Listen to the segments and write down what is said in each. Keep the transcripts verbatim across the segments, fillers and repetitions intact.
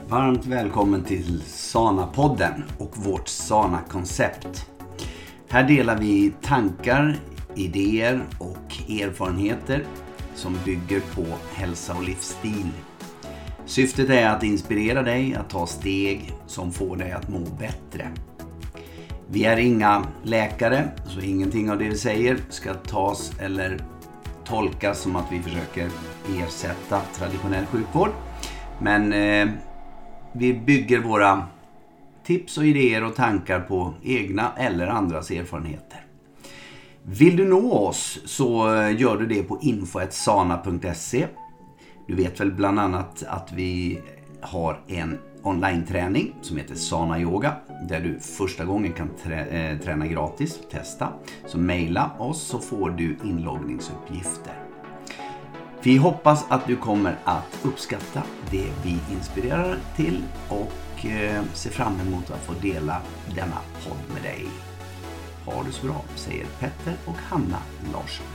Varmt välkommen till Sana-podden och vårt Sana-koncept. Här delar vi tankar, idéer och erfarenheter som bygger på hälsa och livsstil. Syftet är att inspirera dig att ta steg som får dig att må bättre. Vi är inga läkare, så ingenting av det vi säger ska tas eller tolkas som att vi försöker ersätta traditionell sjukvård. Men eh, vi bygger våra tips och idéer och tankar på egna eller andras erfarenheter. Vill du nå oss så gör du det på info at sana punkt se. Du vet väl bland annat att vi har en online-träning som heter Sana Yoga, där du första gången kan trä- träna gratis, testa. Så mejla oss så får du inloggningsuppgifter. Vi hoppas att du kommer att uppskatta det vi inspirerar till och eh, ser fram emot att få dela denna podd med dig. Ha det så bra, säger Petter och Hanna Larsson.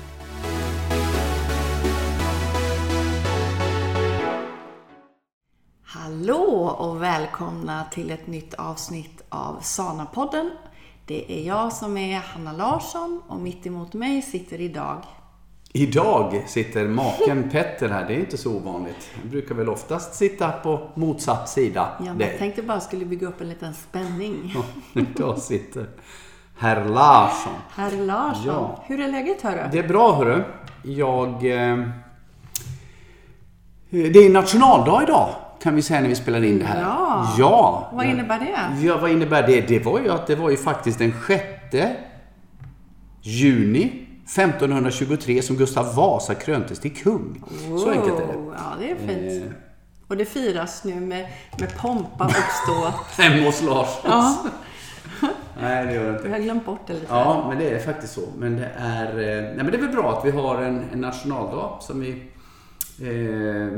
Hallå och välkomna till ett nytt avsnitt av Sana-podden. Det är jag som är Hanna Larsson och mitt emot mig sitter idag. Idag sitter maken Petter här, det är inte så ovanligt. Han brukar väl oftast sitta på motsatt sida. Ja, men jag tänkte bara skulle bygga upp en liten spänning. Ja, idag sitter herr Larsson. Herr Larsson, ja. Hur är läget hörru? Det är bra hörru. Jag... Eh, det är nationaldag idag. Kan vi säga när vi spelar in det här. Ja. ja. Vad innebär det? Ja, vad innebär det? Det var ju att det var ju faktiskt den sjätte juni femtonhundratjugotre som Gustav Vasa kröntes till kung. Wow. Så enkelt är det. Ja, det är fint. Eh. Och det firas nu med, med pompa och ståt. Hemma hos Larssons. Ja. Nej, det gör det inte. Vi har glömt bort det lite. Ja, men det är faktiskt så. Men det är, nej, men det är väl bra att vi har en, en nationaldag som vi eh,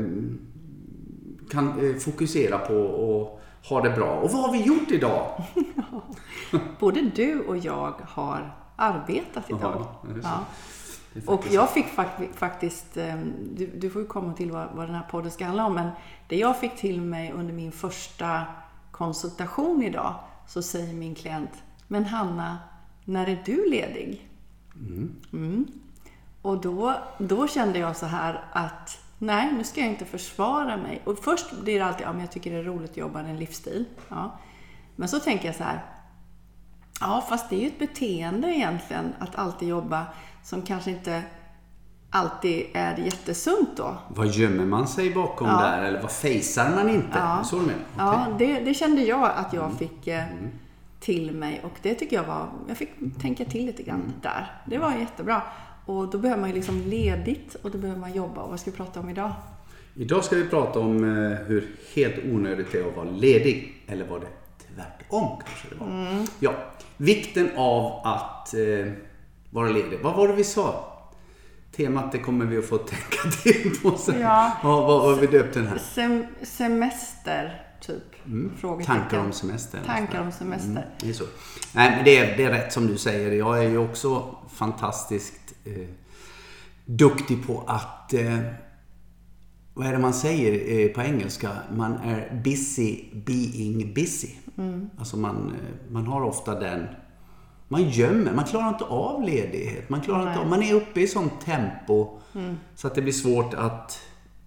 kan fokusera på och ha det bra. Och vad har vi gjort idag? Både du och jag har arbetat idag. Aha, ja. Och jag fick faktiskt, du, du får ju komma till vad, vad den här podden ska handla om, men det jag fick till mig under min första konsultation idag, så säger min klient, men Hanna, när är du ledig? Mm. Mm. Och då, då kände jag så här att nej, nu ska jag inte försvara mig. Och först blir det alltid, ja men jag tycker det är roligt att jobba med en livsstil. Ja. Men så tänker jag så här, ja fast det är ju ett beteende egentligen att alltid jobba som kanske inte alltid är jättesunt då. Vad gömmer man sig bakom ja. där? Eller vad fejsar man inte? Ja, så du menar? Okay. Ja det, det kände jag att jag mm. fick eh, mm. till mig. Och det tycker jag var, jag fick tänka till lite grann mm. där. Det var jättebra. Och då behöver man ju liksom ledigt och då behöver man jobba. Och vad ska vi prata om idag? Idag ska vi prata om eh, hur helt onödigt det är att vara ledig. Eller var det tvärtom kanske det var. Mm. Ja, vikten av att eh, vara ledig. Vad var det vi sa? Temat det kommer vi att få tänka till på sen. Ja. Ja, vad har vi döpt den här? Sem- semester typ. Mm. Tankar om semester. Tankar om semester. Mm. Det är så. Nej, men det är, det är rätt som du säger. Jag är ju också fantastiskt eh, duktig på att eh, vad är det man säger eh, på engelska? Man är busy being busy. Mm. Alltså man, man har ofta den, man gömmer, man klarar inte av ledighet. Man klarar inte av, man är uppe i sånt tempo mm. så att det blir svårt att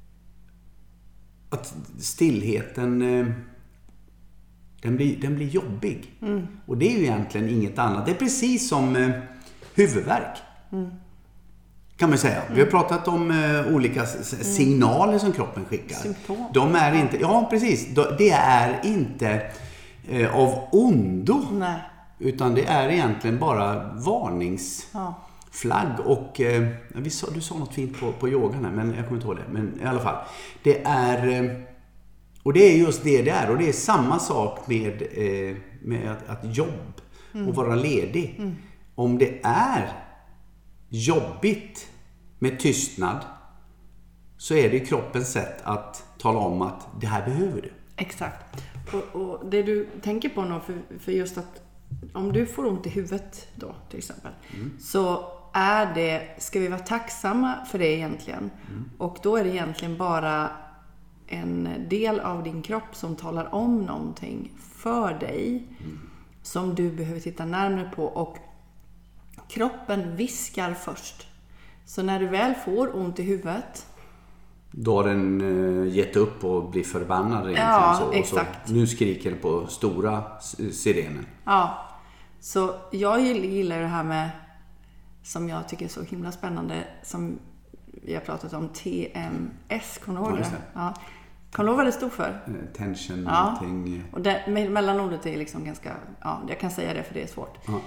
att stillheten eh, den blir, den blir jobbig. Mm. Och det är ju egentligen inget annat. Det är precis som eh, huvudvärk. Mm. Kan man säga. Mm. Vi har pratat om eh, olika s- signaler mm. som kroppen skickar. Symptom. De är inte, ja precis. Det är inte eh, av ondo. Nej. Utan det är egentligen bara varningsflagg. Ja. Och eh, vi sa, du sa något fint på, på yogan här, men jag kommer inte ihåg det. Men i alla fall. Det är... Eh, Och det är just det där. Och det är samma sak med, eh, med att, att jobb mm. och vara ledig. Mm. Om det är jobbigt med tystnad så är det kroppens sätt att tala om att det här behöver du. Exakt. Och, och det du tänker på nu, för, för just att om du får ont i huvudet då till exempel mm. så är det, ska vi vara tacksamma för det egentligen. Mm. Och då är det egentligen bara en del av din kropp som talar om någonting för dig mm. som du behöver titta närmare på, och kroppen viskar först. Så när du väl får ont i huvudet, då har den uh, gett upp och blir förbannad egentligen. Ja, så, exakt. Så nu skriker den på stora sirenen. Ja, så jag gillar det här med, som jag tycker är så himla spännande, som vi har pratat om, T M S, kommer du ihåg det? Ja. Kommer du ihåg vad det stod för? Tension, ja. någonting. Och det, mellanordet är liksom ganska, ja, jag kan säga det för det är svårt. Ja.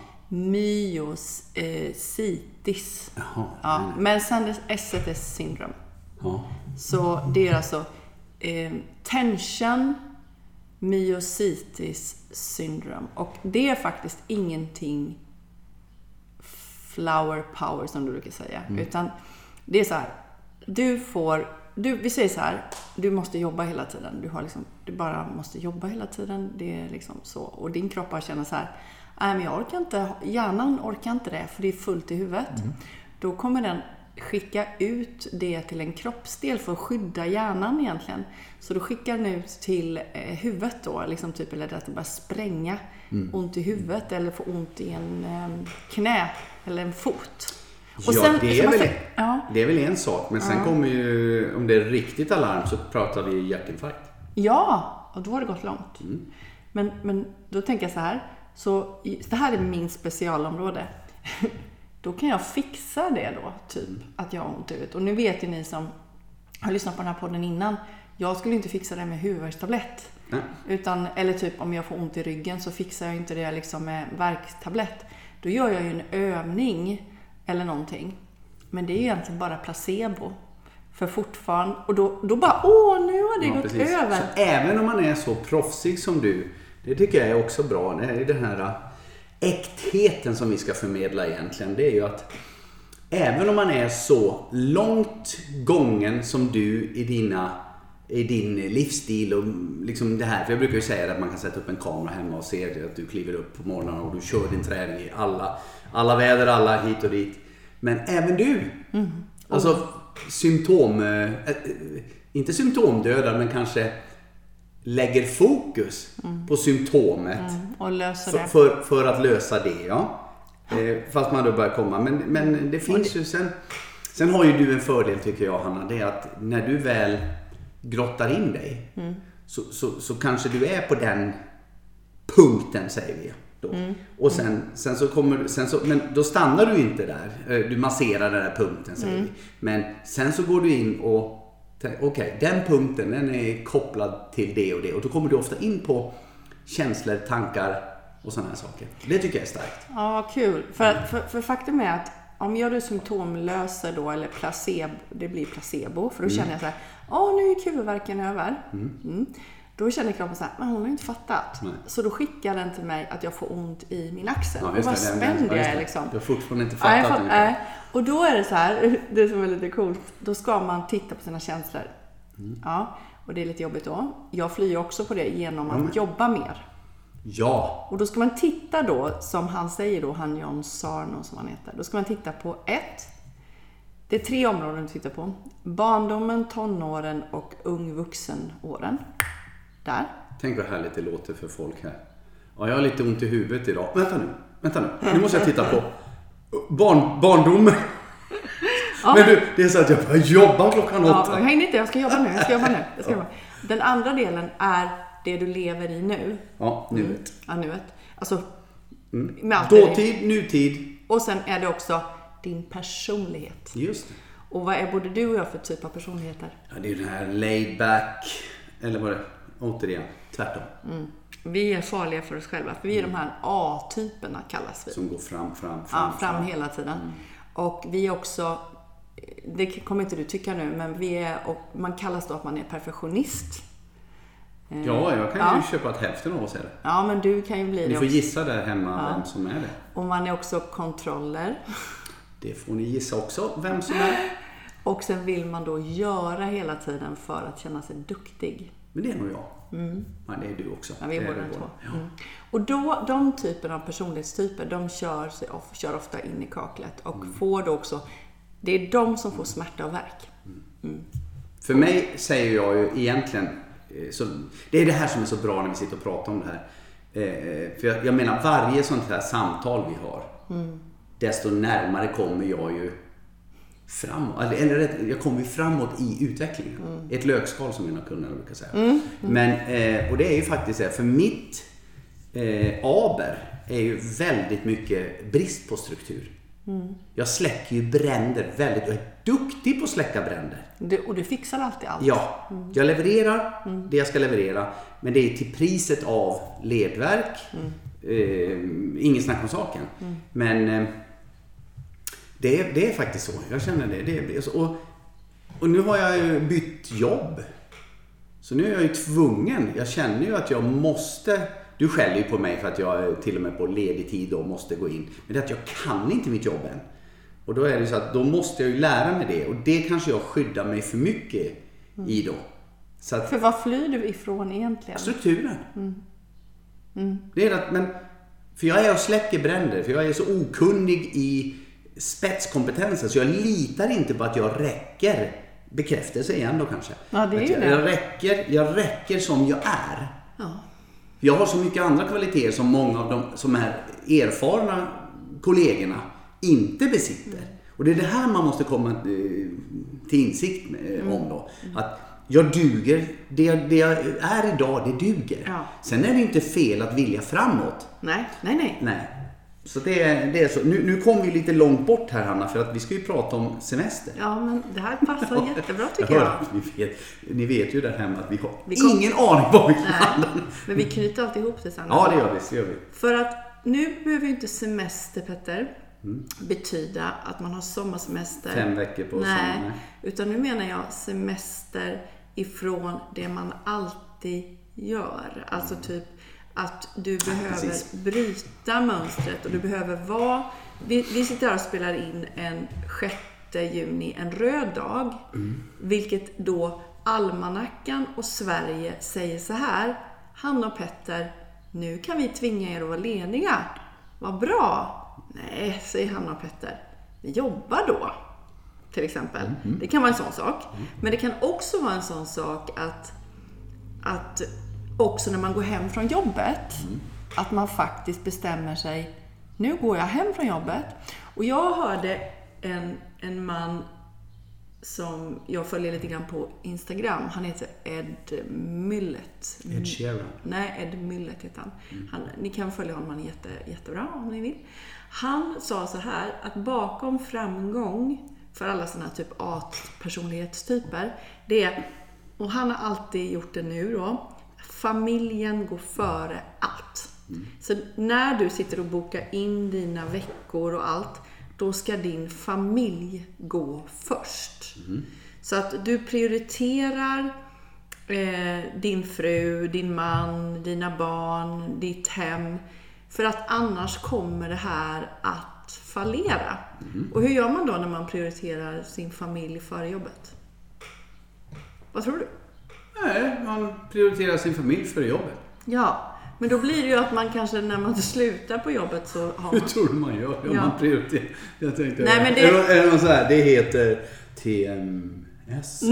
Myositis. Jaha, ja. Men sen S är syndrom. Ja. Så det är alltså eh, tension, myositis syndrom. Och det är faktiskt ingenting flower power som du brukar säga. Mm. Utan det är så här, du får, du, vi säger så här, du måste jobba hela tiden. Du, har liksom, du bara måste jobba hela tiden. Det är liksom så. Och din kropp bara känner så här, nej men jag orkar inte, hjärnan orkar inte det för det är fullt i huvudet. Mm. Då kommer den skicka ut det till en kroppsdel för att skydda hjärnan egentligen. Så då skickar den ut till eh, huvudet då, liksom typ, eller att det bara spränga mm. ont i huvudet eller få ont i en eh, knä eller en fot. Och ja, sen, det, är väl, säger, ja. det är väl en sak, men sen ja. kommer ju, om det är riktigt alarm så pratar vi hjärtinfarkt. Ja, och då har det gått långt. Mm. Men, men då tänker jag så här, så det här är min specialområde. Då kan jag fixa det då, typ, mm. att jag har ont i huvudet. Och nu vet ju ni som har lyssnat på den här podden innan, jag skulle inte fixa det med huvudvärkstablett. Mm. Utan, eller typ om jag får ont i ryggen så fixar jag inte det liksom med värktablett. Då gör jag ju en övning eller någonting. Men det är ju egentligen bara placebo. För fortfarande, och då, då bara, åh, nu har det ja, gått precis. över. Så även om man är så proffsig som du, det tycker jag är också bra. Det är den här äktheten som vi ska förmedla egentligen. Det är ju att även om man är så långt gången som du i dina i din livsstil och liksom det här, för jag brukar ju säga att man kan sätta upp en kamera hemma och se att du kliver upp på morgonen och du kör din träning i alla, alla väder, alla hit och dit. Men även du, mm. alltså symptom, äh, inte symptomdödar, men kanske lägger fokus mm. på symptomet mm. och löser det. För, för, för att lösa det, ja. Eh, fast man då börjar komma. Men, men det finns det... ju sen, sen har ju du en fördel tycker jag, Hanna, det är att när du väl grottar in dig mm. så, så, så kanske du är på den punkten, säger vi då. Mm. Och sen, sen så kommer sen så, men då stannar du inte där. Du masserar den där punkten, säger mm. vi. Men sen så går du in och okej, okay, den punkten den är kopplad till det och det. Och då kommer du ofta in på känslor, tankar och sådana här saker. Det tycker jag är starkt. Ja, kul. För, för, för faktum är att om jag är symptomlöser då, eller placebo, det blir placebo. För då mm. känner jag så här, åh, nu är huvudvärken över. Mm. Mm. Då känner kroppen så här, men hon har inte fattat. Nej. Så då skickar den till mig att jag får ont i min axel. Ja, och vad spänd jag är liksom. Du har fortfarande inte fattat. Nej, för, äh, och då är det så här, det som är lite coolt, då ska man titta på sina känslor. Mm. Ja, och det är lite jobbigt då. Jag flyr också på det genom att mm. jobba mer. Ja. Och då ska man titta då, som han säger då, han John Sarno som han heter. Då ska man titta på ett. Det är tre områden att titta på. Barndomen, tonåren och ung vuxenåren. Där. Tänk vad härligt det låter för folk här. Ja, jag har lite ont i huvudet idag. Vänta nu, vänta nu. Nu måste jag titta på barn, barndomen. Ja. Men du, det är så att jag bara jobbar klockan åtta. Ja, jag hänger inte, jag ska jobba nu. Jag ska jobba nu. Jag ska jobba. Den andra delen är det du lever i nu. Ja, nuet. Mm. Ja, nuet. Alltså, mm. med allt dåtid, det. Nutid. Och sen är det också din personlighet. Just det. Och vad är både du och jag för typ av personligheter? Ja, det är den här laid back. Eller vad det är? Återigen, tvärtom. Mm. Vi är farliga för oss själva. För vi är mm. de här A-typerna kallas vi. Som går fram, fram, fram. Ja, fram, fram. hela tiden. Mm. Och vi är också, det kommer inte du tycka nu, men vi är, och man kallas då att man är perfektionist. Ja, jag kan ja. ju köpa att hälften av oss är det. Ja, men du kan ju bli det. Ni får också. gissa där hemma ja. vem som är det. Och man är också kontroller. Det får ni gissa också, vem som är. Och sen vill man då göra hela tiden för att känna sig duktig. Men det är nog jag. Mm. Ja, det är du också. Ja, vi är båda två. Ja. Mm. Och då, de typerna av personlighetstyper, de kör, sig, kör ofta in i kaklet. Och mm. får då också, det är de som får smärta och värk. Mm. Mm. För mig säger jag ju egentligen, så, det är det här som är så bra när vi sitter och pratar om det här. Eh, för jag, jag menar, varje sånt här samtal vi har, mm. desto närmare kommer jag ju framåt. Eller, eller jag kommer ju framåt i utvecklingen. Mm. Ett lökskal som mina kunder brukar säga. Mm. Mm. Men, eh, och det är ju faktiskt så här, för mitt eh, aber är ju väldigt mycket brist på struktur. Mm. Jag släcker ju bränder väldigt. Jag är duktig på att släcka bränder. Du, och du fixar alltid allt. Ja, mm. jag levererar mm. det jag ska leverera. Men det är till priset av ledverk. Mm. Eh, ingen snack om saken. Mm. Men eh, det, är, det är faktiskt så. Jag känner det. det är så. Och, och nu har jag ju bytt jobb. Så nu är jag ju tvungen. Jag känner ju att jag måste... Du skäller ju på mig för att jag till och med på ledig tid då måste gå in. Men det är att jag kan inte mitt jobb än. Och då är det så att då måste jag ju lära mig det. Och det kanske jag skyddar mig för mycket mm. i då. Så att, för vad flyr du ifrån egentligen? Strukturen. Mm. Mm. Det är att, men, för jag är och släcker bränder. För jag är så okunnig i spetskompetensen. Så jag litar inte på att jag räcker bekräftelse igen då kanske. Ja, det är ju jag, det. Jag räcker, jag räcker som jag är. Ja. Jag har så mycket andra kvaliteter som många av de som är erfarna kollegorna inte besitter. Mm. Och det är det här man måste komma till insikt med, mm. om då. Att jag duger, det, det jag är idag, det duger. Ja. Sen är det inte fel att vilja framåt. Nej, nej, nej. nej. Så det är, det är så. Nu, nu kommer vi lite långt bort här, Hanna, för att vi ska ju prata om semester. Ja, men det här passar ja. jättebra tycker jag. jag. Ni, vet, ni vet ju där hemma att vi har vi kom... ingen aning vad vi kan. Men vi knyter alltid ihop det sen. Ja, det gör vi. Det gör vi. För att nu behöver ju inte semester, Petter, mm. betyda att man har sommarsemester. Fem veckor på nej, sommar. Utan nu menar jag semester ifrån det man alltid gör. Alltså mm. typ att du behöver ja, bryta mönstret och du behöver vara... Vi, vi sitter här och spelar in en sjätte juni, en röd dag. Mm. Vilket då almanackan och Sverige säger så här: Hanna och Petter, nu kan vi tvinga er att vara lediga. Vad bra. Nej, säger Hanna och Petter. Vi jobbar då, till exempel. Mm. Det kan vara en sån sak. Mm. Men det kan också vara en sån sak att... att också när man går hem från jobbet, mm. att man faktiskt bestämmer sig, nu går jag hem från jobbet. Och jag hörde en, en man som jag följer lite grann på Instagram. Han heter Ed Mylett. Ed Sheeran. Nej, Ed Mylett heter han. Mm. han. Ni kan följa honom, han är jätte, jättebra om ni vill. Han sa så här, att bakom framgång för alla sådana här typ A-personlighetstyper, det är, och han har alltid gjort det nu då, familjen går före allt. Mm. Så när du sitter och bokar in dina veckor och allt, då ska din familj gå först. Mm. Så att du prioriterar eh, din fru, din man, dina barn, ditt hem. För att annars kommer det här att fallera. Mm. Och hur gör man då när man prioriterar sin familj före jobbet? Vad tror du? Nej, man prioriterar sin familj för jobbet. Ja, men då blir det ju att man kanske när man slutar på jobbet så har man... Hur tror du man gör? Ja, man prioriterar. Jag tänkte, nej, men det... är det något så här, det heter T M S.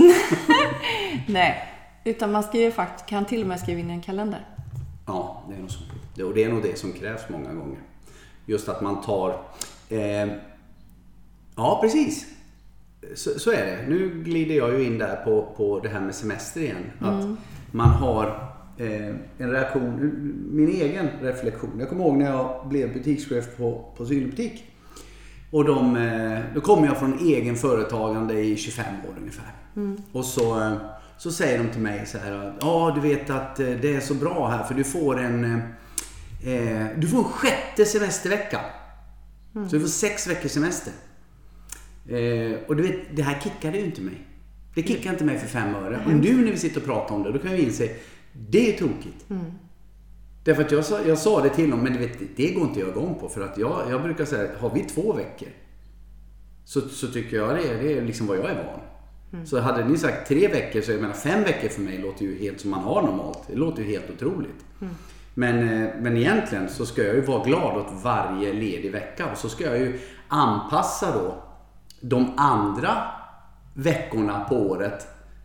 Nej, utan man skriver faktiskt, kan till och med skriva in i en kalender. Ja, det är nog så. Och det är nog det som krävs många gånger. Just att man tar... Eh... Ja, precis. Så, så är det. Nu glider jag ju in där på, på det här med semester igen. Mm. Att man har eh, en reaktion, min egen reflektion. Jag kommer ihåg när jag blev butikschef på, på Synbutik. Och de, eh, då kom jag från egen företagande i tjugofem år ungefär. Mm. Och så, eh, så säger de till mig så här: ja, du vet att det är så bra här för du får en, eh, du får en sjätte semestervecka. Mm. Så du får sex veckors semester. Eh, och du vet, det här kickade ju inte mig. Det kickar inte mig för fem öre. Mm. Och nu när vi sitter och pratar om det, då kan vi inse, det är tokigt. Mm. Därför att jag sa, jag sa det till dem, men du vet, det går inte jag igång på. För att jag, jag brukar säga, har vi två veckor så, så tycker jag det är, det är liksom vad jag är van. Mm. Så hade ni sagt tre veckor, så jag menar fem veckor för mig låter ju helt som man har normalt. Det låter ju helt otroligt. Mm. Men, men egentligen så ska jag ju vara glad åt varje ledig vecka. Och så ska jag ju anpassa då de andra veckorna på året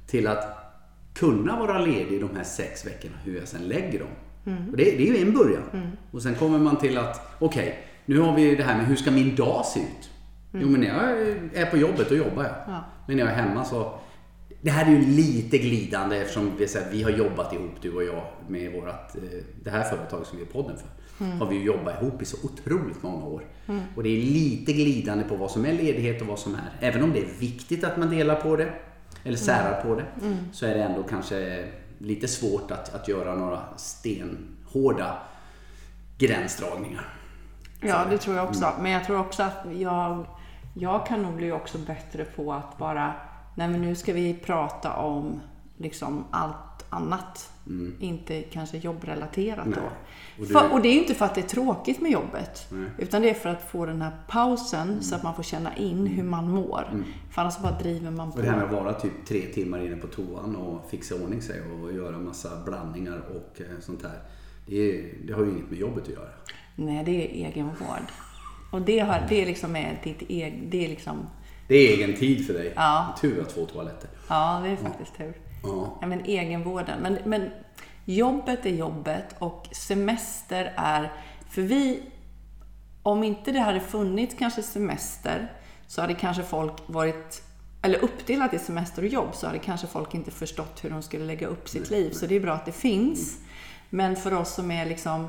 till att kunna vara ledig de här sex veckorna, hur jag sen lägger dem. Mm. Och det, det är ju en början. Mm. Och sen kommer man till att, okej, okay, nu har vi det här med hur ska min dag se ut? Mm. Jo, men när jag är på jobbet, då jobbar jag. Ja. Men när jag är hemma så... Det här är ju lite glidande eftersom vi, så här, vi har jobbat ihop, du och jag, med vårat, det här företaget som vi är podden för. Mm. Har vi ju jobbat ihop i så otroligt många år. Mm. Och det är lite glidande på vad som är ledighet och vad som är. Även om det är viktigt att man delar på det, eller särar mm. på det, mm. så är det ändå kanske lite svårt att, att göra några stenhårda gränsdragningar. Ja, det tror jag också. Mm. Men jag tror också att jag, jag kan nog bli också bättre på att bara... Nej, men nu ska vi prata om liksom allt annat. Mm. Inte kanske jobbrelaterat då. Och, du... för, och det är ju inte för att det är tråkigt med jobbet. Nej. Utan det är för att få den här pausen mm. så att man får känna in hur man mår. Mm. För annars bara driver man på. Och det här med att vara typ tre timmar inne på toan och fixa ordning sig och göra massa blandningar och sånt här. Det, är, det har ju inget med jobbet att göra. Nej, det är egenvård. Och det, har, det är liksom är ditt egen... Det är liksom... Det är egen tid för dig. Ja. Tur att få toaletter. Ja, det är faktiskt ja. tur. Ja. Ja, men egenvården. Men, men jobbet är jobbet och semester är... För vi... Om inte det hade funnits kanske semester så hade kanske folk varit... Eller uppdelat i semester och jobb så hade kanske folk inte förstått hur de skulle lägga upp sitt nej, liv. Nej. Så det är bra att det finns. Mm. Men för oss som är liksom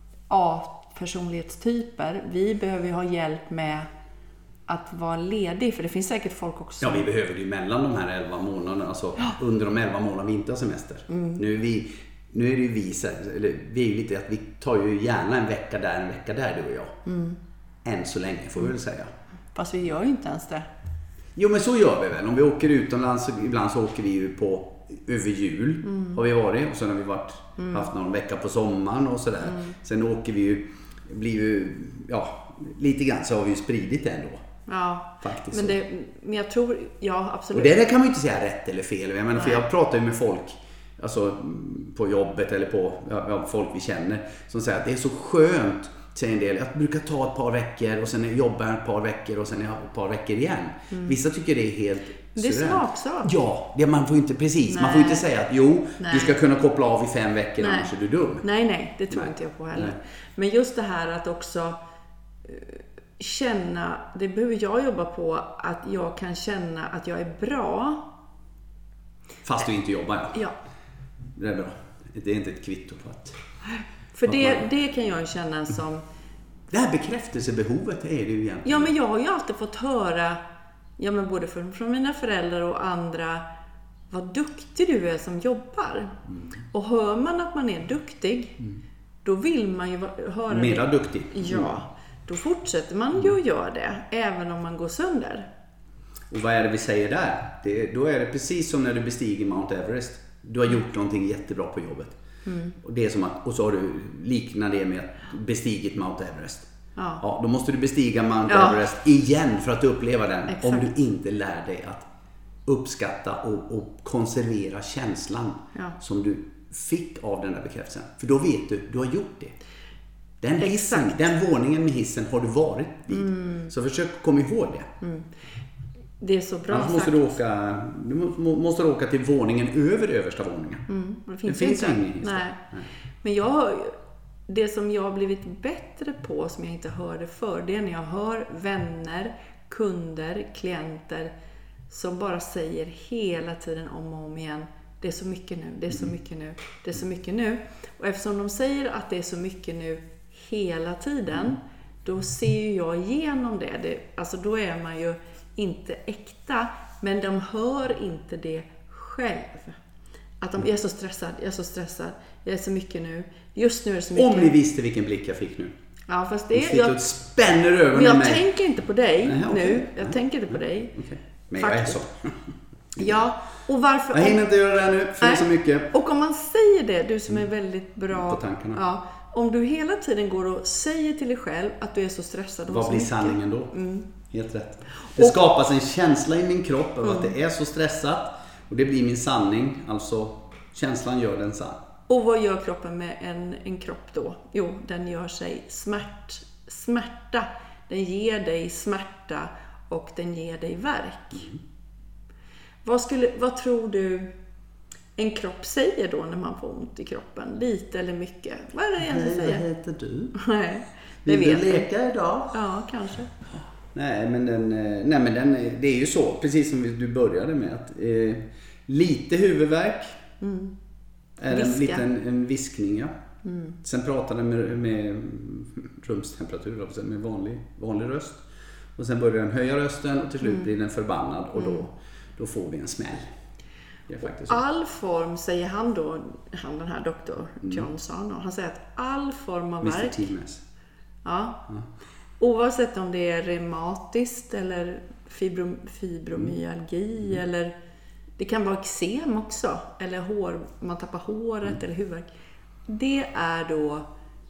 A-personlighetstyper, vi behöver ju ha hjälp med... att vara ledig, för det finns säkert folk också. Ja, vi behöver det ju mellan de här elva månaderna, alltså ja. under de elva månaderna vi inte har semester. Mm. Nu är vi, nu är det ju vi, eller vi är ju lite att vi tar ju gärna en vecka där, en vecka där, du och jag. Mm. Än så länge får vi väl säga. Fast vi gör ju inte ens det. Jo, men så gör vi väl. Om vi åker utomlands, så ibland så åker vi ju på över jul mm. har vi varit, och sen har vi varit, mm. haft någon vecka på sommaren och sådär. Mm. Sen åker vi ju, blir ju, ja, lite grann så har vi ju spridit det ändå. Ja, faktiskt men, det, men jag tror, ja absolut. Och det där kan man ju inte säga rätt eller fel. Jag menar, för jag pratar ju med folk, alltså på jobbet eller på ja, folk vi känner, som säger att det är så skönt, säger en del. Jag brukar ta ett par veckor och sen jobbar jag ett par veckor och sen ett par veckor igen. Mm. Vissa tycker det är helt det är smaksak. Ja, det man får inte precis. Nej. Man får inte säga att jo, nej. Du ska kunna koppla av i fem veckor, nej. Annars är du dum. Nej, nej, det tror nej. Inte jag på heller. Nej. Men just det här att också känna, det behöver jag jobba på, att jag kan känna att jag är bra. Fast du inte jobbar, ja. Ja. Det är bra. Det är inte ett kvitto på att... För det, det kan jag känna som... Det här bekräftelsebehovet är det ju egentligen. Ja, men jag har ju alltid fått höra, ja men både från, från mina föräldrar och andra, vad duktig du är som jobbar. Mm. Och hör man att man är duktig, mm. då vill man ju höra Mera det. duktig. Ja. Då fortsätter man ju att göra det, även om man går sönder. Och vad är det vi säger där? Det, då är det precis som när du bestiger Mount Everest. Du har gjort någonting jättebra på jobbet. Mm. Och, det är som att, och så har du liknat det med att bestigit Mount Everest. Ja. Ja, då måste du bestiga Mount ja. Everest igen för att uppleva den. Exakt. Om du inte lär dig att uppskatta och, och konservera känslan ja. Som du fick av den där bekräftelsen. För då vet du, du har gjort det. Den hissen, den våningen med hissen har du varit vid. Mm. Så försök komma ihåg det. Mm. Det är så bra sagt. Måste du, åka, du måste åka till våningen över översta våningen. Mm. Det finns, det finns ingen hiss. Nej. Nej. Men jag har, det som jag har blivit bättre på, som jag inte hörde för, det är när jag hör vänner, kunder, klienter som bara säger hela tiden om och om igen: det är så mycket nu, det är så mycket nu, det är så mycket nu. Och eftersom de säger att det är så mycket nu hela tiden, mm. då ser ju jag igenom det. det. Alltså då är man ju inte äkta, men de hör inte det själv. Att de, jag är så stressad, jag är så stressad, jag är så mycket nu. Just nu är det så mycket. Om ni visste vilken blick jag fick nu. Ja, fast det är... Jag spänner över men jag mig. tänker inte på dig Nej, okay. nu. Jag Nej. tänker inte på dig. Okay. Men jag är så. Ja, och varför... Jag hinner inte göra det här nu, för det är så mycket. Och om man säger det, du som är väldigt bra... På tankarna. Ja, om du hela tiden går och säger till dig själv att du är så stressad. Vad så blir mycket. sanningen då? Mm. Helt rätt. Det och, skapas en känsla i min kropp av mm. att det är så stressat. Och det blir min sanning. Alltså, känslan gör den sann. Och vad gör kroppen med en, en kropp då? Jo, den gör sig smärt, smärta. Den ger dig smärta och den ger dig värk. Mm. Vad, skulle, vad tror du en kropp säger då när man får ont i kroppen? Lite eller mycket? Vad är det egentligen säger? Vad heter du? Nej, det Vill vet du leka idag? Ja, kanske. Nej, men den, nej, men den, det är ju så, precis som du började med. Att, eh, lite huvudvärk. Mm. Är en liten en viskning, ja. Mm. Sen pratade med, med rumstemperatur, med vanlig, vanlig röst. Och sen börjar den höja rösten och till slut mm. blir den förbannad och då, mm. då får vi en smäll. Det är faktiskt så. All form, säger han då, han den här doktor Johnson, och han säger att all form av mister värk... Times. Ja. ja. Oavsett om det är reumatiskt eller fibrom, fibromyalgi mm. eller det kan vara eksem också, eller hår, man tappar håret mm. eller huvudvärk. Det är då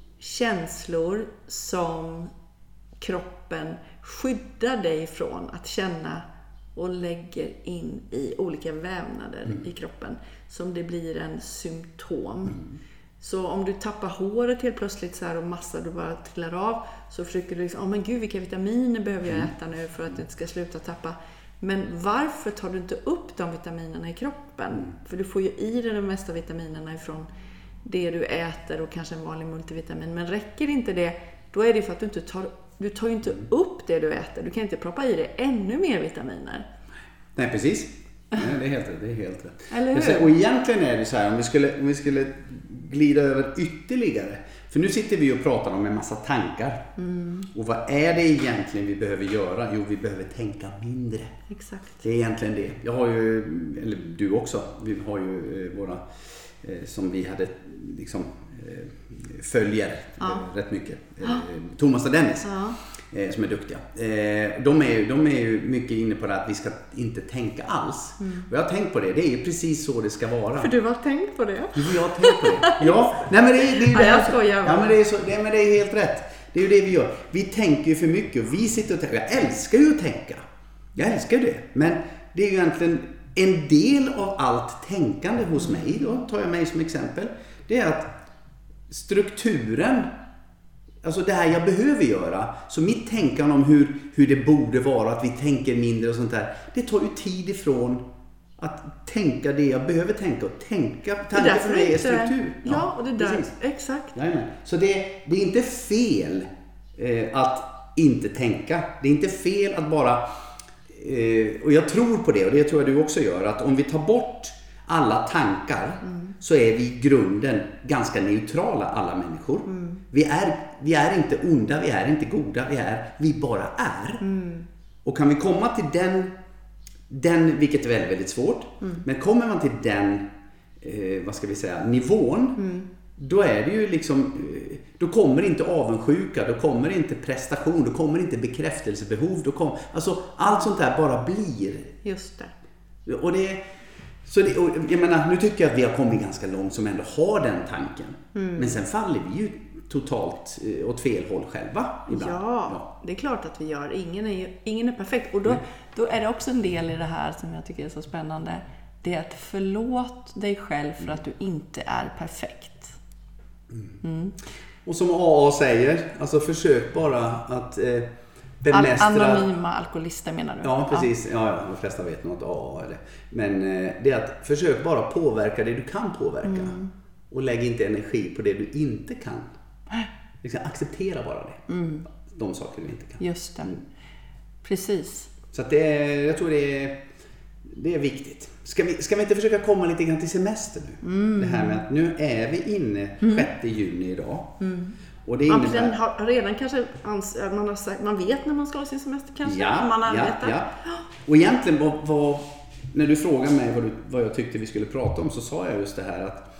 känslor som kroppen skyddar dig från att känna och lägger in i olika vävnader mm. i kroppen som det blir en symptom. Mm. Så om du tappar håret helt plötsligt så här och massa du bara trillar av, så försöker du liksom, åh oh, men gud vilka vitaminer behöver jag äta nu för att det inte ska sluta tappa. Men varför tar du inte upp de vitaminerna i kroppen? Mm. För du får ju i dig de mesta vitaminerna ifrån det du äter och kanske en vanlig multivitamin. Men räcker inte det, då är det för att du inte tar, du tar ju inte upp det du äter. Du kan inte proppa i dig ännu mer vitaminer. Nej, precis. Nej, det är helt rätt. Det är helt rätt. Eller hur? Och egentligen är det så här, om vi skulle, om vi skulle glida över ytterligare. För nu sitter vi och pratar om en massa tankar. Mm. Och vad är det egentligen vi behöver göra? Jo, vi behöver tänka mindre. Exakt. Det är egentligen det. Jag har ju, eller du också, vi har ju våra, eh, som vi hade liksom eh, följer ja. eh, rätt mycket. Eh, Thomas och Dennis. Ja. Som är duktiga. De är, ju, de är ju mycket inne på det att vi ska inte tänka alls. Mm. Och jag har tänkt på det. Det är ju precis så det ska vara. För du har tänkt på det? Jo, jag har tänkt på det. Ja, nej men det är, det är ju det. Ja, jag skojar. Ja, men det är så, det, men det är helt rätt. Det är ju det vi gör. Vi tänker ju för mycket och vi sitter och tänker. Jag älskar ju att tänka. Jag älskar det. Men det är ju egentligen en del av allt tänkande hos mig. Då tar jag mig som exempel. Det är att strukturen, alltså det här jag behöver göra. Så mitt tänkande om hur, hur det borde vara, att vi tänker mindre och sånt där. Det tar ju tid ifrån att tänka det jag behöver tänka. Och tänka, tanka för mig är struktur. Ja, ja, och det där, precis. Exakt. Jajamän. Så det, det är inte fel eh, att inte tänka. Det är inte fel att bara, eh, och jag tror på det, och det tror jag du också gör, att om vi tar bort alla tankar mm. så är vi i grunden ganska neutrala, alla människor. Mm. Vi, är, vi är inte onda, vi är inte goda, vi, är, vi bara är. Mm. Och kan vi komma till den, den vilket är väldigt, väldigt svårt, mm. men kommer man till den eh, vad ska vi säga, nivån, mm. då är det ju liksom, då kommer inte avundsjuka, då kommer inte prestation, då kommer inte bekräftelsebehov, då kommer, alltså allt sånt där bara blir. Just det. Och det Så det, och jag menar, nu tycker jag att vi har kommit ganska långt som ändå har den tanken. Mm. Men sen faller vi ju totalt eh, åt fel håll själva ibland. Ja, ja, det är klart att vi gör. Ingen är, ju, ingen är perfekt. Och då, mm. då är det också en del i det här som jag tycker är så spännande. Det är att förlåt dig själv för att du inte är perfekt. Mm. Mm. Och som A A säger, alltså försök bara att... Eh, bemästra... Anonyma alkoholister menar du? Ja, precis. Ja, ja, de flesta vet något A A eller. Men eh, det är att försök bara påverka det du kan påverka. Mm. Och lägg inte energi på det du inte kan. Liksom, acceptera bara det. Mm. De saker du inte kan. Just det. Mm. Precis. Så att det är, jag tror det är, det är viktigt. Ska vi, ska vi inte försöka komma lite grann till semester nu? Mm. Det här med att nu är vi inne sjätte juni idag. Mm. Och det innebär... Man har redan kanske ans- man, har sagt, man vet när man ska ha sin semester kanske, ja, man arbetar. Ja, ja. Och egentligen vad, vad, när du frågade mig vad, du, vad jag tyckte vi skulle prata om, så sa jag just det här att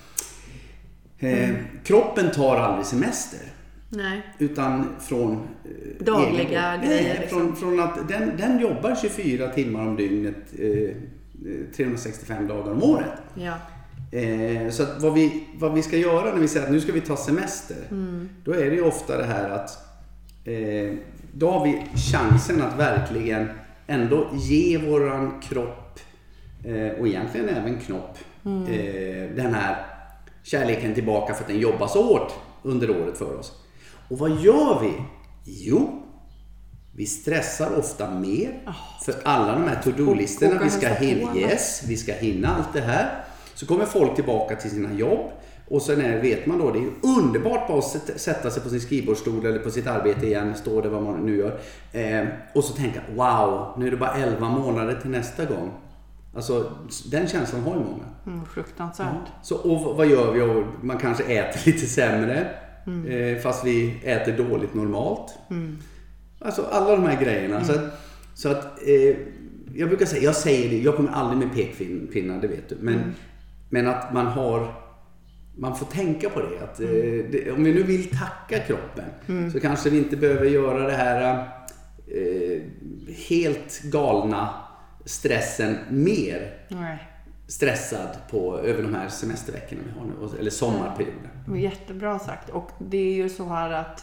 eh, mm. kroppen tar aldrig semester. Nej. Utan från eh, dagliga egen, grejer. Nej, från, från att den, den jobbar tjugofyra timmar om dygnet, eh, trehundrasextiofem dagar om året. Ja. Eh, så att vad, vi, vad vi ska göra när vi säger att nu ska vi ta semester, mm. då är det ju ofta det här att eh, då har vi chansen att verkligen ändå ge våran kropp eh, och egentligen även knopp mm. eh, den här kärleken tillbaka för att den jobbar så hårt under året för oss. Och vad gör vi? Jo, Vi stressar ofta mer oh, för alla de här to-do-listorna. Vi ska hinna, yes, vi ska hinna allt det här. Så kommer folk tillbaka till sina jobb. Och sen är, vet man då, det är underbart bara att sätta sig på sin skrivbordsstol eller på sitt arbete igen, stå där vad man nu gör. Eh, och så tänka, wow, nu är det bara elva månader till nästa gång. Alltså, den känslan har ju många. Mm, fruktansvärt. Ja. Så, och vad gör vi? Man kanske äter lite sämre, mm. eh, fast vi äter dåligt normalt. Mm. Alltså, alla de här grejerna. Mm. Så att, så att eh, jag brukar säga, jag säger det, jag kommer aldrig med pekpinnar, det vet du. Men, mm. men att man har... Man får tänka på det, att mm. eh, det, om vi nu vill tacka kroppen mm. så kanske vi inte behöver göra det här eh, helt galna stressen mer Nej. stressad på över de här semesterveckorna vi har nu, eller sommarperioden. Mm. Jättebra sagt, och det är ju så här att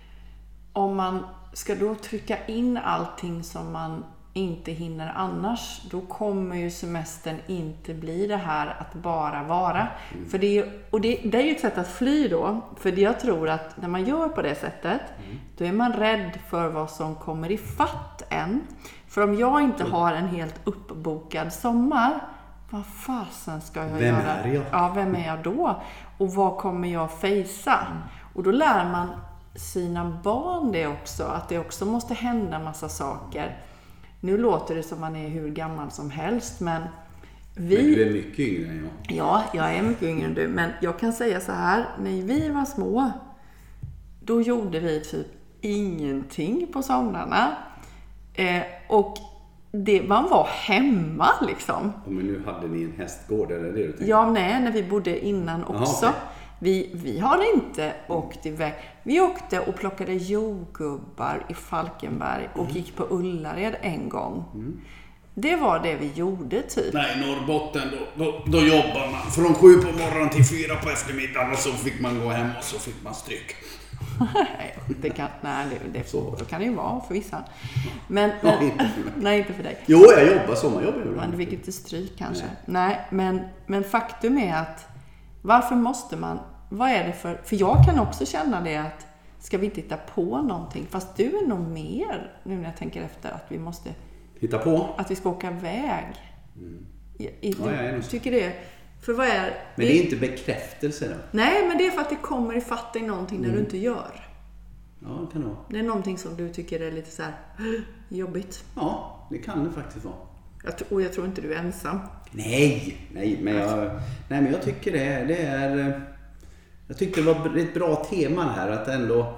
om man ska då trycka in allting som man inte hinner annars, då kommer ju semestern inte bli det här att bara vara. Mm. För det är ju, och det, det är ju ett sätt att fly då. För jag tror att när man gör på det sättet, mm. då är man rädd för vad som kommer i fatt en. För om jag inte mm. har en helt uppbokad sommar, vad fasen ska jag vem göra? Vem är jag? Ja, vem är jag då? Och vad kommer jag fejsa? Mm. Och då lär man sina barn det också, att det också måste hända massa saker. Nu låter det som man är hur gammal som helst, men vi... Men du är mycket yngre än jag. Ja, jag är mycket yngre än du. Men jag kan säga så här, när vi var små, då gjorde vi typ ingenting på somrarna. Eh, och det, man var hemma liksom. Ja, men nu hade ni en hästgård, eller det du tänkte? Ja, nej, när vi bodde innan också. Aha, okay. Vi, vi har inte åkt iväg. Vi åkte och plockade jordgubbar i Falkenberg och mm. gick på Ullared en gång. Mm. Det var det vi gjorde typ. Nej, i Norrbotten då, då, då jobbar man från sju på morgonen till fyra på eftermiddagen och så fick man gå hem och så fick man stryk. nej, det kan, nej, det, det, så. Så kan det ju vara för vissa. Men, men ja, inte nej, inte för dig. Jo, jag jobbar sommarjobb. Men det fick inte stryk kanske. Nej, nej men, men faktum är att varför måste man, vad är det för, för jag kan också känna det att ska vi inte hitta på någonting, fast du är nog mer, nu när jag tänker efter, att vi måste hitta på, att vi ska åka iväg. Mm. I, i, ja, jag är tycker det, för vad är men det, det är inte bekräftelse då? Nej, men det är för att det kommer i fatt i någonting mm. när du inte gör. Ja, det kan det vara. Det är någonting som du tycker är lite så här jobbigt. Ja, det kan det faktiskt vara. Jag, och jag tror inte du är ensam. Nej, nej, men jag, nej, men jag tycker det, det är... Jag tyckte det var ett bra tema här, att ändå...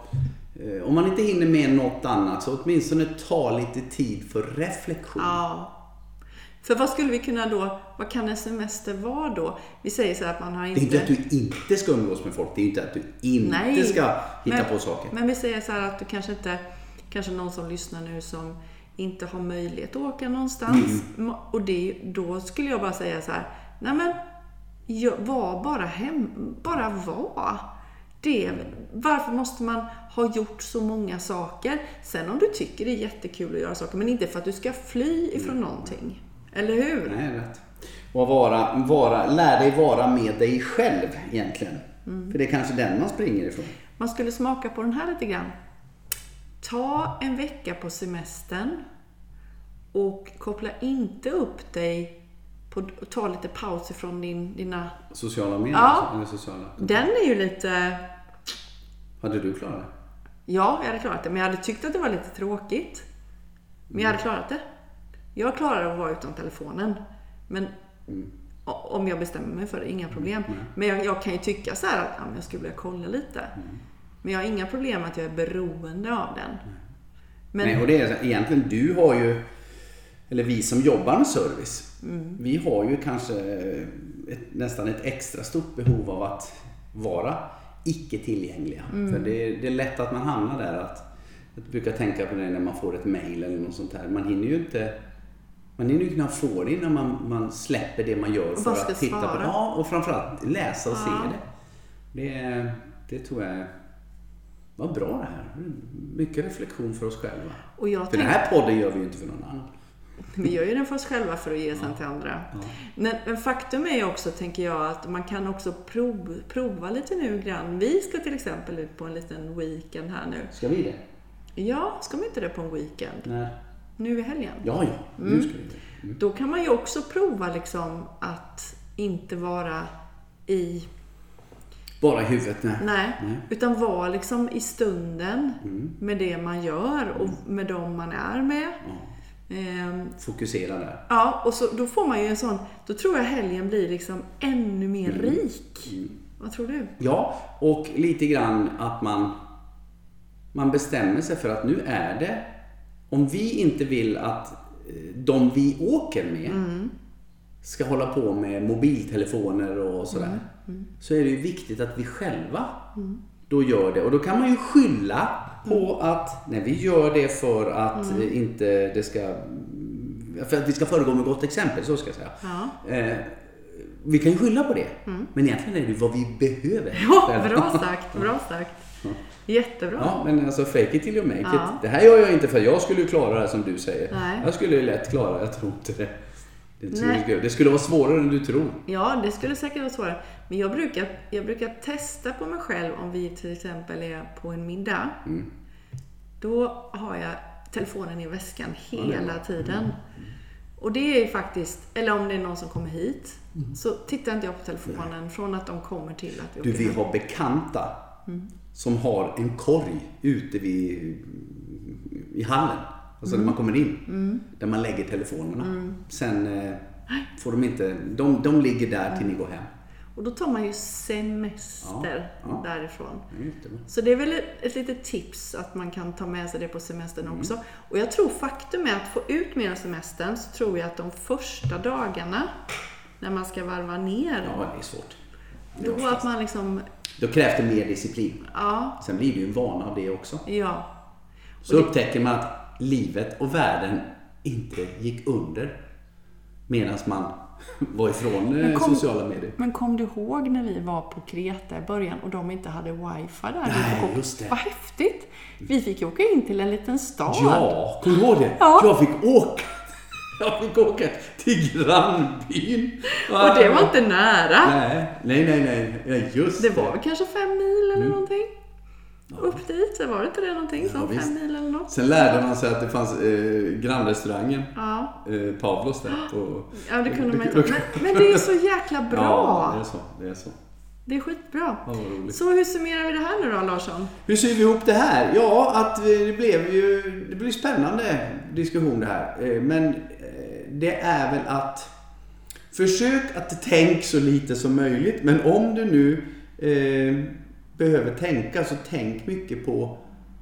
Om man inte hinner med något annat, så åtminstone ta lite tid för reflektion. Ja. För vad skulle vi kunna då... Vad kan en semester vara då? Vi säger så här att man har inte... Det är inte att du inte ska umgås med folk. Det är inte att du inte nej, ska hitta men, på saker. Men vi säger så här att du kanske inte... Kanske någon som lyssnar nu som... inte har möjlighet att åka någonstans. Mm. Och det, då skulle jag bara säga så här, nej men jag, var bara hem, bara var. Det, varför måste man ha gjort så många saker? Sen om du tycker det är jättekul att göra saker, men inte för att du ska fly ifrån mm. någonting. Eller hur? Nej, rätt. Och vara, vara, lär dig vara med dig själv egentligen. Mm. För det är kanske den man springer ifrån. Man skulle smaka på den här lite grann. Ta en vecka på semestern och koppla inte upp dig på, ta lite paus ifrån din, dina... Sociala medier? Ja, eller sociala. Den är ju lite... Hade du klarat det? Ja, jag hade klarat det. Men jag hade tyckt att det var lite tråkigt. Men jag hade klarat det. Jag klarar att vara utan telefonen. Men mm. om jag bestämmer mig för det, inga problem. Mm. Men jag, jag kan ju tycka så här att ja, jag skulle vilja kolla lite. Mm. Men jag har inga problem att jag är beroende av den. Men... Nej, och det är egentligen, du har ju, eller vi som jobbar med service, mm. vi har ju kanske ett, nästan ett extra stort behov av att vara icke tillgängliga. Mm. För det, det är lätt att man hamnar där, att jag brukar tänka på det när man får ett mejl eller något sånt här. Man hinner ju inte, man hinner ju knappt få det innan man, man släpper det man gör för att titta svara. På det. Ja, och framförallt läsa och ja. se det. Det, det tror jag vad bra det här. Mycket reflektion för oss själva. Och jag för tänk... den här podden gör vi ju inte för någon annan. Vi gör ju den för oss själva för att ge sen ja. till andra. Ja. Men, men faktum är ju också, tänker jag, att man kan också prov, prova lite nu grann. Vi ska till exempel ut på en liten weekend här nu. Ska vi det? Ja, ska man inte det på en weekend? Nej. Nu i helgen? Ja, ja. Nu Mm. ska vi det. Mm. Då kan man ju också prova liksom att inte vara i... Bara i huvudet, nej. Nej, nej. utan vara liksom i stunden Mm. med det man gör och med dem man är med. Ja. Ehm, Fokusera där. ja, och så, då får man ju en sån... Då tror jag helgen blir liksom ännu mer Mm. rik. Mm. Vad tror du? Ja, och lite grann att man, man bestämmer sig för att nu är det... Om vi inte vill att de vi åker med Mm. ska hålla på med mobiltelefoner och sådär. Mm. Mm. Så är det ju viktigt att vi själva Mm. då gör det. Och då kan man ju skylla på att nej, vi gör det för att Mm. inte det ska... För att vi ska föregå med gott exempel, så ska jag säga. Ja. Eh, vi kan ju skylla på det. Mm. Men egentligen är det vad vi behöver. Ja, själva. bra sagt, bra sagt. Ja. Jättebra. Ja, men alltså fake it till you make it. Ja. Det här gör jag inte för jag skulle klara det här som du säger. Nej. Jag skulle lätt klara, jag tror inte det. Det, tror Nej. jag, det skulle vara svårare än du tror. Ja, det skulle säkert vara svårare. Men jag brukar, jag brukar testa på mig själv om vi till exempel är på en middag. Mm. Då har jag telefonen i väskan hela Ja, tiden. Och det är faktiskt, eller om det är någon som kommer hit, Mm. så tittar inte jag på telefonen Nej. från att de kommer till att vi Du, åker vi hem. har bekanta Mm. som har en korg ute vid, i hallen. Alltså Mm. när man kommer in. Mm. Där man lägger telefonerna. Mm. Sen eh, får de inte, de, de ligger där till ni går hem. Och då tar man ju semester Ja, ja. därifrån. Det är jättebra. Så det är väl ett litet tips att man kan ta med sig det på semestern Mm. också. Och jag tror faktum är att få ut mer av semestern, så tror jag att de första dagarna när man ska varva ner, Ja, det är svårt. Det är då oftast. att man liksom, Då krävs det mer disciplin. ja, Sen blir det ju en vana av det också. ja. Så Och det- upptäcker man att livet och världen inte gick under medan man var ifrån Men eh, kom- sociala medier. Men kom du ihåg när vi var på Kreta i början och de inte hade wifi där? Vi Nej, fick åka- just det. Vad häftigt! Vi fick åka in till en liten stad. Ja, kommer du ihåg det? Ja. Jag fick åka. Jag fick åka till grannbyn. Och det var inte nära. Nej, nej, nej, nej. Ja, just Det det. var väl kanske fem mil eller Mm. någonting. Ja. Upp dit, så var det inte det någonting Ja, som visst. fem mil eller något. Sen lärde man sig att det fanns eh, grannrestaurangen. Ja, Eh, Pavlos där. På... ja det kunde man Då- inte. Men, men det är så jäkla bra. Ja, det är så. Det är så. Det är skitbra. Ja, vad roligt. Så hur summerar vi det här nu då, Larsson? Hur syr vi ihop det här? Ja, att vi- det blev ju det blir spännande diskussion det här. Eh, Men eh, det är väl att försök att tänka så lite som möjligt. Men om du nu eh, behöver tänka, så tänk mycket på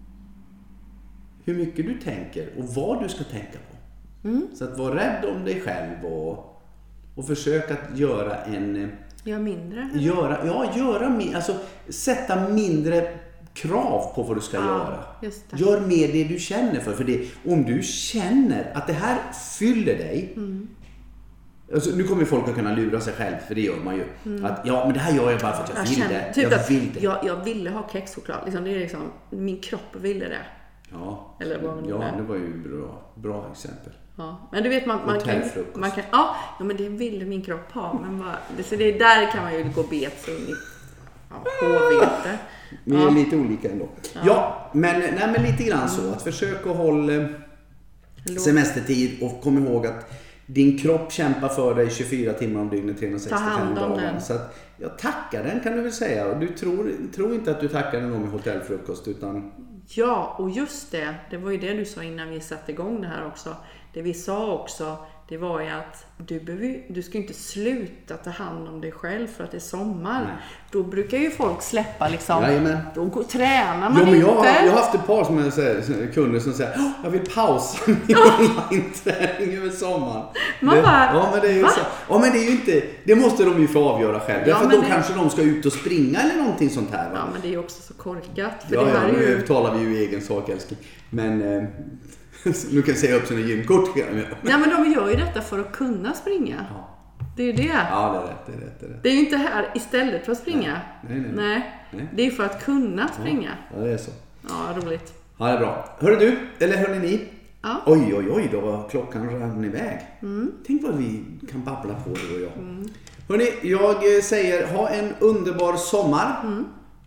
hur mycket du tänker och vad du ska tänka på. Mm. Så att vara rädd om dig själv och, och försök att göra en... eh, Gör mindre? eller? Göra, ja, göra mer, alltså sätta mindre krav på vad du ska Ja, göra. just det. Gör mer det du känner för. För det, om du känner att det här fyller dig. Mm. Alltså, nu kommer folk att kunna lura sig själv, för det gör man ju. Att ja, men det här gör jag bara för att jag, Jag vill känner det. typ jag att vill det. jag, jag ville ha kexchoklad. Liksom, det är liksom, min kropp ville det. Ja, Eller vad det ja, är. det var ju bra, bra exempel. Ja. Men du vet, man, man kan, Hotellfrukost. man kan ja, ja, men det ville min kropp ha. Men vad, det, så det, där kan man ju gå bet så i ja, hårvete. Vi är Ja. lite olika ändå. Ja, Ja. men, nej, men lite grann så. Att försöka hålla Låt- semestertid och kom ihåg att din kropp kämpar för dig tjugofyra timmar om dygnet, trehundrasextiofem Ta hand om dagar. den. Så att jag tackar den, kan du väl säga. Och du tror, tror inte att du tackar den med hotellfrukost, utan Ja, och just det. Det var ju det du sa innan vi satte igång det här också. Det vi sa också, det var ju att du, behöver, du ska inte sluta ta hand om dig själv för att det är sommar. Nej. Då brukar ju folk släppa liksom. Jajamän. Då går, tränar man Jo, men inte. jag, har- jag har haft ett par som är, så här, kunder som säger "Åh, jag vill pausa min online-träning över sommaren. Man det, bara, ja, men det är ju va? så, ja, men det är ju inte, det måste de ju få avgöra själv. Ja, Därför att men då det- kanske de ska ut och springa eller någonting sånt här. Va? Ja, men det är ju också så korkat. För Ja, det ja, här är nu ju... talar vi ju i egen sak, älskling. Men eh, nu kan jag säga upp sina gymkort. Nej, men de gör ju detta för att kunna springa. Ja. Det är ju det. Ja, det är rätt, det är rätt, det är rätt. Det är ju inte här istället för att springa. Nej, nej, nej. Nej. Nej. Det är för att kunna springa. Ja, det är så. Ja, roligt. Ja, det är bra. Hörru du, eller hörni ni? Ja. Oj, oj, oj, då var klockan rann iväg. Mm. Tänk vad vi kan babbla på, du och jag. Mm. Hörrni, jag säger ha en underbar sommar. Mm.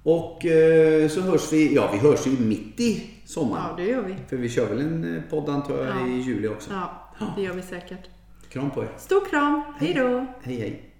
Och eh, så hörs vi, ja vi hörs ju mitt i sommaren. Ja, det gör vi. För vi kör väl en podd antar jag ja. i juli också. Ja, det gör vi säkert. Kram på er. Stor kram, hej då. Hej hej.